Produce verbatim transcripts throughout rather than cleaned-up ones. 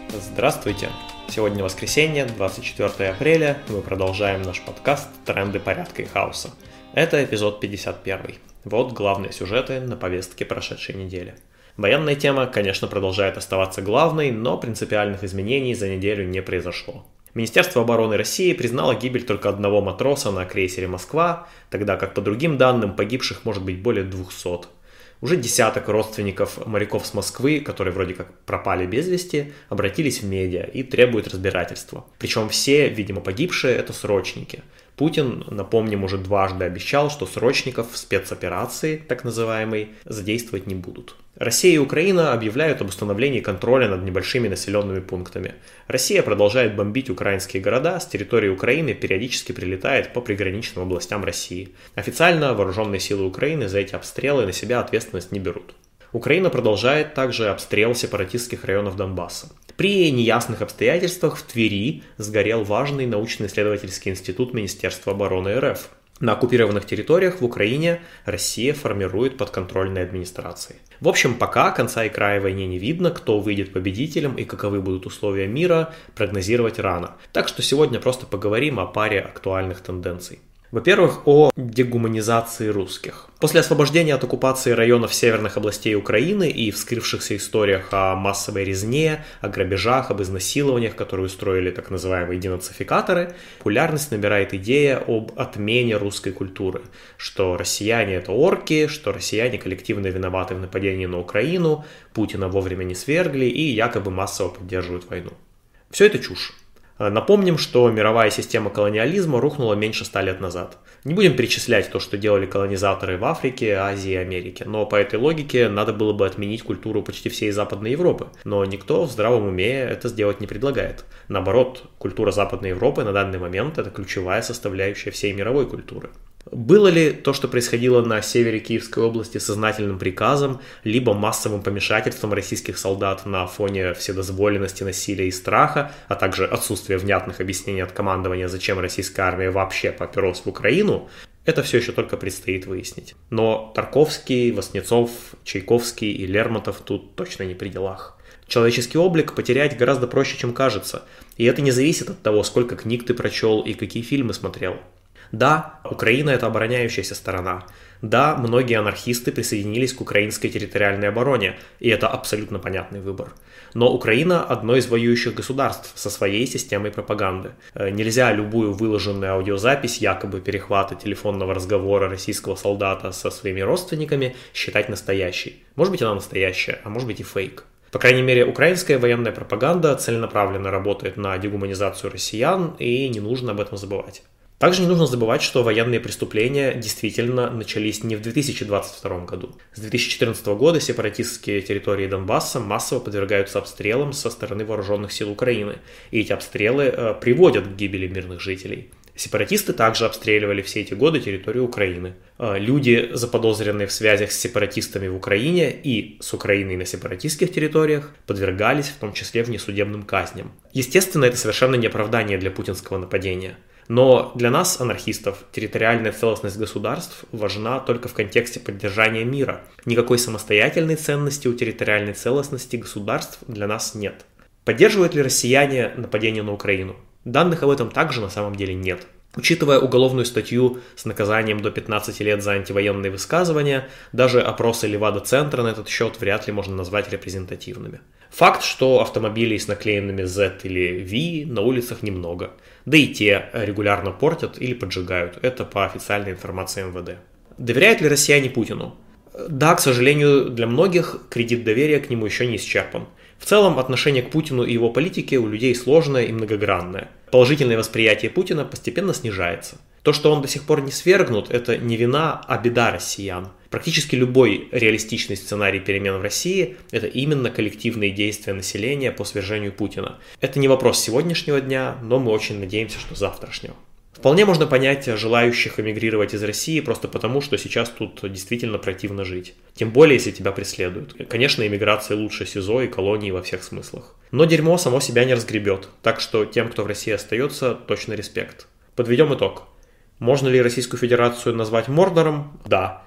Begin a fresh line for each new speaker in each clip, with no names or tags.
Здравствуйте! Сегодня воскресенье, двадцать четвёртое апреля, и мы продолжаем наш подкаст «Тренды порядка и хаоса». Это эпизод пятьдесят один. Вот главные сюжеты на повестке прошедшей недели. Военная тема, конечно, продолжает оставаться главной, но принципиальных изменений за неделю не произошло. Министерство обороны России признало гибель только одного матроса на крейсере «Москва», тогда как по другим данным погибших может быть более двухсот. Уже десяток родственников моряков с Москвы, которые вроде как пропали без вести, обратились в медиа и требуют разбирательства. Причем все, видимо, погибшие – это срочники. Путин, напомним, уже дважды обещал, что срочников в спецоперации, так называемой, задействовать не будут. Россия и Украина объявляют об установлении контроля над небольшими населенными пунктами. Россия продолжает бомбить украинские города, с территории Украины периодически прилетает по приграничным областям России. Официально вооруженные силы Украины за эти обстрелы на себя ответственность не берут. Украина продолжает также обстрел сепаратистских районов Донбасса. При неясных обстоятельствах в Твери сгорел важный научно-исследовательский институт Министерства обороны РФ. На оккупированных территориях в Украине Россия формирует подконтрольные администрации. В общем, пока конца и края войне не видно, кто выйдет победителем и каковы будут условия мира, прогнозировать рано. Так что сегодня просто поговорим о паре актуальных тенденций. Во-первых, о дегуманизации русских. После освобождения от оккупации районов северных областей Украины и вскрывшихся историях о массовой резне, о грабежах, об изнасилованиях, которые устроили так называемые денацификаторы, популярность набирает идея об отмене русской культуры, что россияне это орки, что россияне коллективно виноваты в нападении на Украину, Путина вовремя не свергли и якобы массово поддерживают войну. Все это чушь. Напомним, что мировая система колониализма рухнула меньше ста лет назад. Не будем перечислять то, что делали колонизаторы в Африке, Азии и Америке, но по этой логике надо было бы отменить культуру почти всей Западной Европы. Но никто в здравом уме это сделать не предлагает. Наоборот, культура Западной Европы на данный момент – это ключевая составляющая всей мировой культуры. Было ли то, что происходило на севере Киевской области, сознательным приказом, либо массовым помешательством российских солдат на фоне вседозволенности, насилия и страха, а также отсутствия внятных объяснений от командования, зачем российская армия вообще поперлась в Украину, это все еще только предстоит выяснить. Но Тарковский, Васнецов, Чайковский и Лермонтов тут точно не при делах. Человеческий облик потерять гораздо проще, чем кажется, и это не зависит от того, сколько книг ты прочел и какие фильмы смотрел. Да, Украина – это обороняющаяся сторона. Да, многие анархисты присоединились к украинской территориальной обороне, и это абсолютно понятный выбор. Но Украина – одно из воюющих государств со своей системой пропаганды. Нельзя любую выложенную аудиозапись якобы перехвата телефонного разговора российского солдата со своими родственниками считать настоящей. Может быть, она настоящая, а может быть и фейк. По крайней мере, украинская военная пропаганда целенаправленно работает на дегуманизацию россиян, и не нужно об этом забывать. Также не нужно забывать, что военные преступления действительно начались не в две тысячи двадцать втором году. С две тысячи четырнадцатого года сепаратистские территории Донбасса массово подвергаются обстрелам со стороны вооруженных сил Украины, и эти обстрелы э, приводят к гибели мирных жителей. Сепаратисты также обстреливали все эти годы территорию Украины. Э, люди, заподозренные в связях с сепаратистами в Украине и с Украиной на сепаратистских территориях, подвергались в том числе внесудебным казням. Естественно, это совершенно не оправдание для путинского нападения. Но для нас, анархистов, территориальная целостность государств важна только в контексте поддержания мира. Никакой самостоятельной ценности у территориальной целостности государств для нас нет. Поддерживают ли россияне нападение на Украину? Данных об этом также на самом деле нет. Учитывая уголовную статью с наказанием до пятнадцати лет за антивоенные высказывания, даже опросы Левада-центра на этот счет вряд ли можно назвать репрезентативными. Факт, что автомобилей с наклеенными Z или V на улицах немного. Да и те регулярно портят или поджигают. Это по официальной информации эм вэ дэ. Доверяют ли россияне Путину? Да, к сожалению, для многих кредит доверия к нему еще не исчерпан. В целом, отношение к Путину и его политике у людей сложное и многогранное. Положительное восприятие Путина постепенно снижается. То, что он до сих пор не свергнут, это не вина, а беда россиян. Практически любой реалистичный сценарий перемен в России – это именно коллективные действия населения по свержению Путина. Это не вопрос сегодняшнего дня, но мы очень надеемся, что завтрашнего. Вполне можно понять желающих эмигрировать из России просто потому, что сейчас тут действительно противно жить. Тем более, если тебя преследуют. Конечно, эмиграция лучше СИЗО и колонии во всех смыслах. Но дерьмо само себя не разгребет, так что тем, кто в России остается, точно респект. Подведем итог. Можно ли Российскую Федерацию назвать Мордором? Да.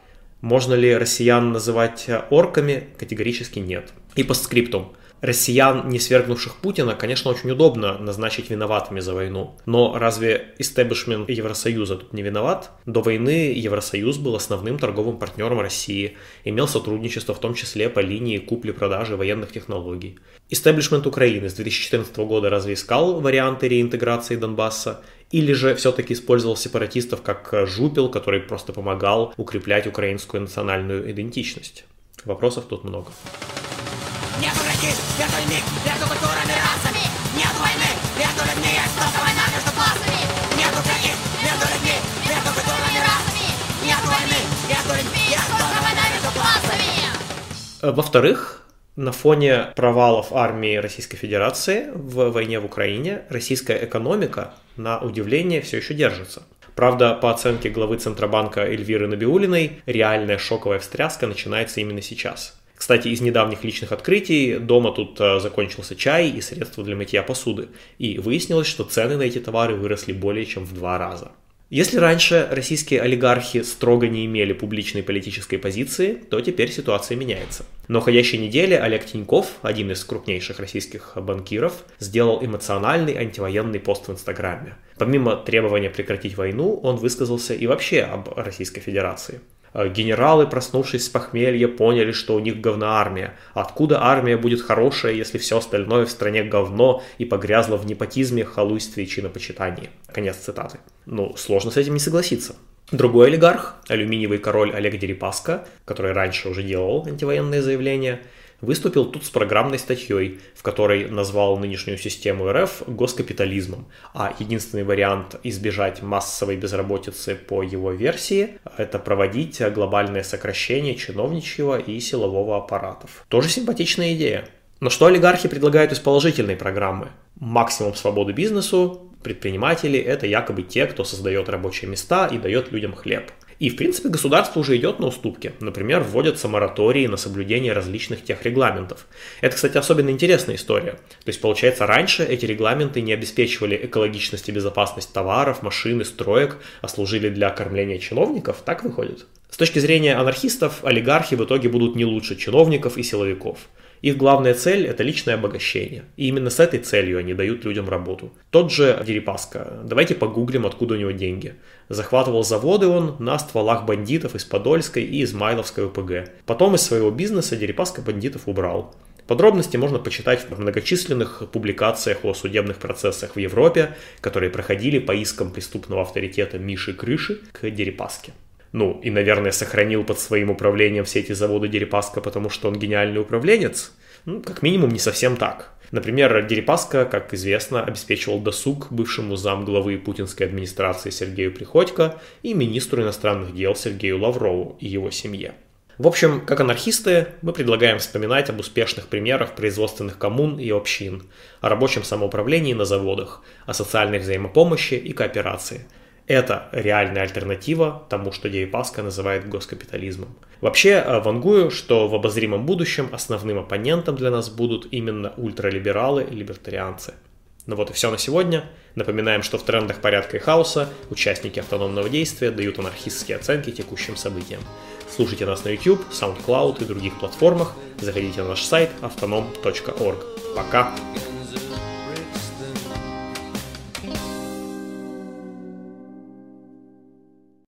Можно ли россиян называть орками? Категорически нет. И постскриптум. Россиян, не свергнувших Путина, конечно, очень удобно назначить виноватыми за войну. Но разве истеблишмент Евросоюза тут не виноват? До войны Евросоюз был основным торговым партнером России, имел сотрудничество в том числе по линии купли-продажи военных технологий. Истеблишмент Украины с две тысячи четырнадцатого года разве искал варианты реинтеграции Донбасса? Или же все-таки использовал сепаратистов как жупел, который просто помогал укреплять украинскую национальную идентичность? Вопросов тут много. Нет враги, нет войны, между культурами и расами. Нет войны, между людьми, есть только война между классами. Нет враги, между людьми, между культурами и расами. Нет войны, между людьми, есть только война между классами. Во-вторых, на фоне провалов армии Российской Федерации в войне в Украине российская экономика, на удивление, все еще держится. Правда, по оценке главы Центробанка Эльвиры Набиуллиной, реальная шоковая встряска начинается именно сейчас. Кстати, из недавних личных открытий дома тут закончился чай и средства для мытья посуды, и выяснилось, что цены на эти товары выросли более чем в два раза. Если раньше российские олигархи строго не имели публичной политической позиции, то теперь ситуация меняется. На уходящей неделе Олег Тиньков, один из крупнейших российских банкиров, сделал эмоциональный антивоенный пост в Инстаграме. Помимо требования прекратить войну, он высказался и вообще об Российской Федерации. Генералы, проснувшись с похмелья, поняли, что у них говноармия. Откуда армия будет хорошая, если все остальное в стране говно и погрязло в непотизме, халуйстве и чинопочитании? Конец цитаты. Ну, сложно с этим не согласиться. Другой олигарх, алюминиевый король Олег Дерипаска, который раньше уже делал антивоенные заявления, выступил тут с программной статьей, в которой назвал нынешнюю систему РФ госкапитализмом, а единственный вариант избежать массовой безработицы по его версии – это проводить глобальное сокращение чиновничьего и силового аппаратов. Тоже симпатичная идея. Но что олигархи предлагают из положительной программы? Максимум свободы бизнесу, предприниматели – это якобы те, кто создает рабочие места и дает людям хлеб. И, в принципе, государство уже идет на уступки. Например, вводятся моратории на соблюдение различных техрегламентов. Это, кстати, особенно интересная история. То есть, получается, раньше эти регламенты не обеспечивали экологичность и безопасность товаров, машин и строек, а служили для кормления чиновников. Так выходит? С точки зрения анархистов, олигархи в итоге будут не лучше чиновников и силовиков. Их главная цель – это личное обогащение. И именно с этой целью они дают людям работу. Тот же Дерипаска. Давайте погуглим, откуда у него деньги. Захватывал заводы он на стволах бандитов из Подольской и Измайловской ОПГ. Потом из своего бизнеса Дерипаска бандитов убрал. Подробности можно почитать в многочисленных публикациях о судебных процессах в Европе, которые проходили по искам преступного авторитета Миши Крыши к Дерипаске. Ну, и, наверное, сохранил под своим управлением все эти заводы Дерипаска, потому что он гениальный управленец? Ну, как минимум, не совсем так. Например, Дерипаска, как известно, обеспечивал досуг бывшему замглавы путинской администрации Сергею Приходько и министру иностранных дел Сергею Лаврову и его семье. В общем, как анархисты, мы предлагаем вспоминать об успешных примерах производственных коммун и общин, о рабочем самоуправлении на заводах, о социальной взаимопомощи и кооперации. Это реальная альтернатива тому, что Дерипаска называет госкапитализмом. Вообще, вангую, что в обозримом будущем основным оппонентом для нас будут именно ультралибералы и либертарианцы. Ну вот и все на сегодня. Напоминаем, что в трендах порядка и хаоса участники автономного действия дают анархистские оценки текущим событиям. Слушайте нас на YouTube, SoundCloud и других платформах. Заходите на наш сайт автоном точка орг. Пока!